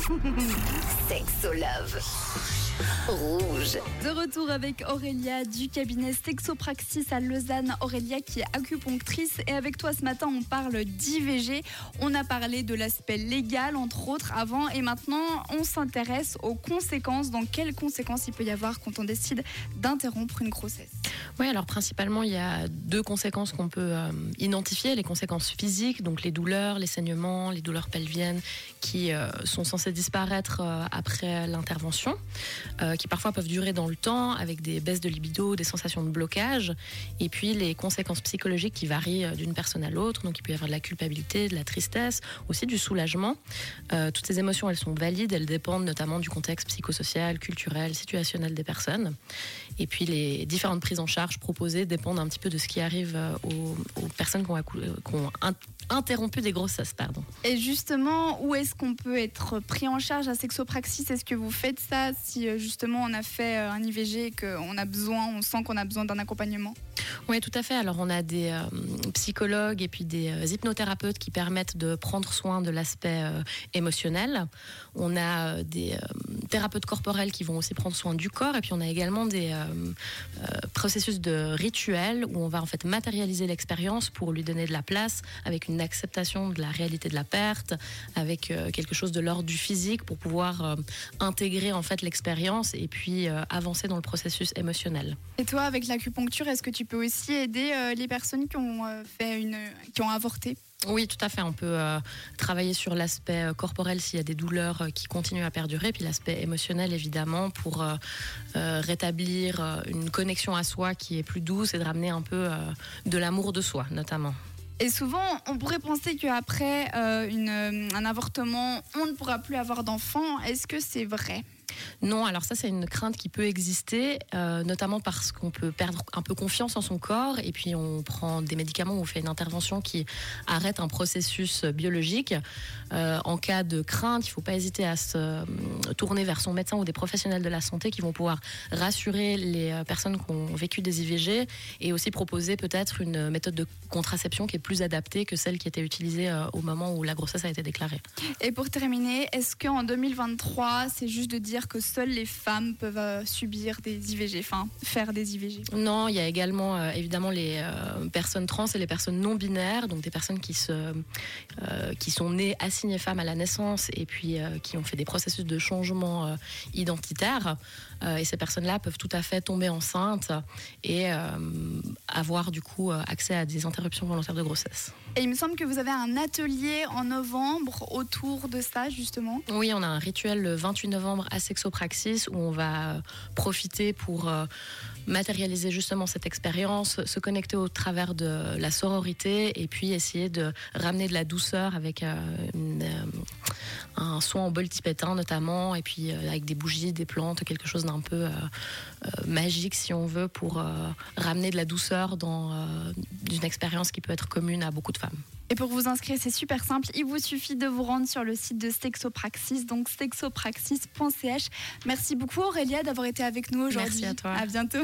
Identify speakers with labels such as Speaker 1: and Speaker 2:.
Speaker 1: Sexo Love. Rouge.
Speaker 2: De retour avec Aurélia du cabinet Sexopraxis à Lausanne. Aurélia qui est acupunctrice. Et avec toi ce matin, on parle d'IVG. On a parlé de l'aspect légal, entre autres, avant. Et maintenant, on s'intéresse aux conséquences. Donc, quelles conséquences il peut y avoir quand on décide d'interrompre une grossesse ?
Speaker 3: Oui, alors principalement, il y a deux conséquences qu'on peut identifier. Les conséquences physiques, donc les douleurs, les saignements, les douleurs pelviennes qui sont censées disparaître après l'intervention, qui parfois peuvent durer dans le temps avec des baisses de libido, des sensations de blocage, et puis les conséquences psychologiques qui varient d'une personne à l'autre. Donc il peut y avoir de la culpabilité, de la tristesse, aussi du soulagement. Toutes ces émotions, elles sont valides, elles dépendent notamment du contexte psychosocial, culturel, situationnel des personnes. Et puis les différentes prises en charge proposées dépendent un petit peu de ce qui arrive aux personnes qui ont interrompu des grossesses.
Speaker 2: Et justement, où est-ce qu'on peut être pris en charge à Sexopraxis ? Est-ce que vous faites ça si justement on a fait un IVG et on sent qu'on a besoin d'un accompagnement ?
Speaker 3: Oui, tout à fait. Alors, on a des psychologues et puis des hypnothérapeutes qui permettent de prendre soin de l'aspect émotionnel. On a des thérapeutes corporels qui vont aussi prendre soin du corps. Et puis, on a également des processus de rituels où on va en fait matérialiser l'expérience pour lui donner de la place avec une acceptation de la réalité de la perte, avec quelque chose de l'ordre du physique pour pouvoir intégrer en fait l'expérience et puis avancer dans le processus émotionnel.
Speaker 2: Et toi, avec l'acupuncture, est-ce que tu peux aussi aider les personnes qui ont avorté ?
Speaker 3: Oui, tout à fait. On peut travailler sur l'aspect corporel s'il y a des douleurs qui continuent à perdurer, puis l'aspect émotionnel évidemment pour rétablir une connexion à soi qui est plus douce et de ramener un peu de l'amour de soi notamment.
Speaker 2: Et souvent, on pourrait penser qu'après un avortement, on ne pourra plus avoir d'enfants. Est-ce que c'est vrai ?
Speaker 3: Non, alors ça c'est une crainte qui peut exister, notamment parce qu'on peut perdre un peu confiance en son corps et puis on prend des médicaments ou on fait une intervention qui arrête un processus biologique. En cas de crainte, il ne faut pas hésiter à se tourner vers son médecin ou des professionnels de la santé qui vont pouvoir rassurer les personnes qui ont vécu des IVG et aussi proposer peut-être une méthode de contraception qui est plus adaptée que celle qui était utilisée au moment où la grossesse a été déclarée.
Speaker 2: Et pour terminer, est-ce qu'en 2023, c'est juste de dire que seules les femmes peuvent subir des IVG, enfin faire des IVG?
Speaker 3: Non, il y a également évidemment les personnes trans et les personnes non binaires, donc des personnes qui sont nées assignées femmes à la naissance et puis qui ont fait des processus de changement identitaire. Et ces personnes-là peuvent tout à fait tomber enceintes et avoir du coup accès à des interruptions volontaires de grossesse.
Speaker 2: Et il me semble que vous avez un atelier en novembre autour de ça justement. Oui,
Speaker 3: on a un rituel le 28 novembre à Sexopraxis où on va profiter pour matérialiser justement cette expérience, se connecter au travers de la sororité et puis essayer de ramener de la douceur avec un soin en bol tibétain notamment et puis avec des bougies, des plantes, quelque chose d'un peu magique si on veut pour ramener de la douceur dans une expérience qui peut être commune à beaucoup de femmes.
Speaker 2: Et pour vous inscrire, c'est super simple. Il vous suffit de vous rendre sur le site de Sexopraxis, donc sexopraxis.ch. Merci beaucoup Aurélia d'avoir été avec nous aujourd'hui.
Speaker 3: Merci à toi.
Speaker 2: À bientôt.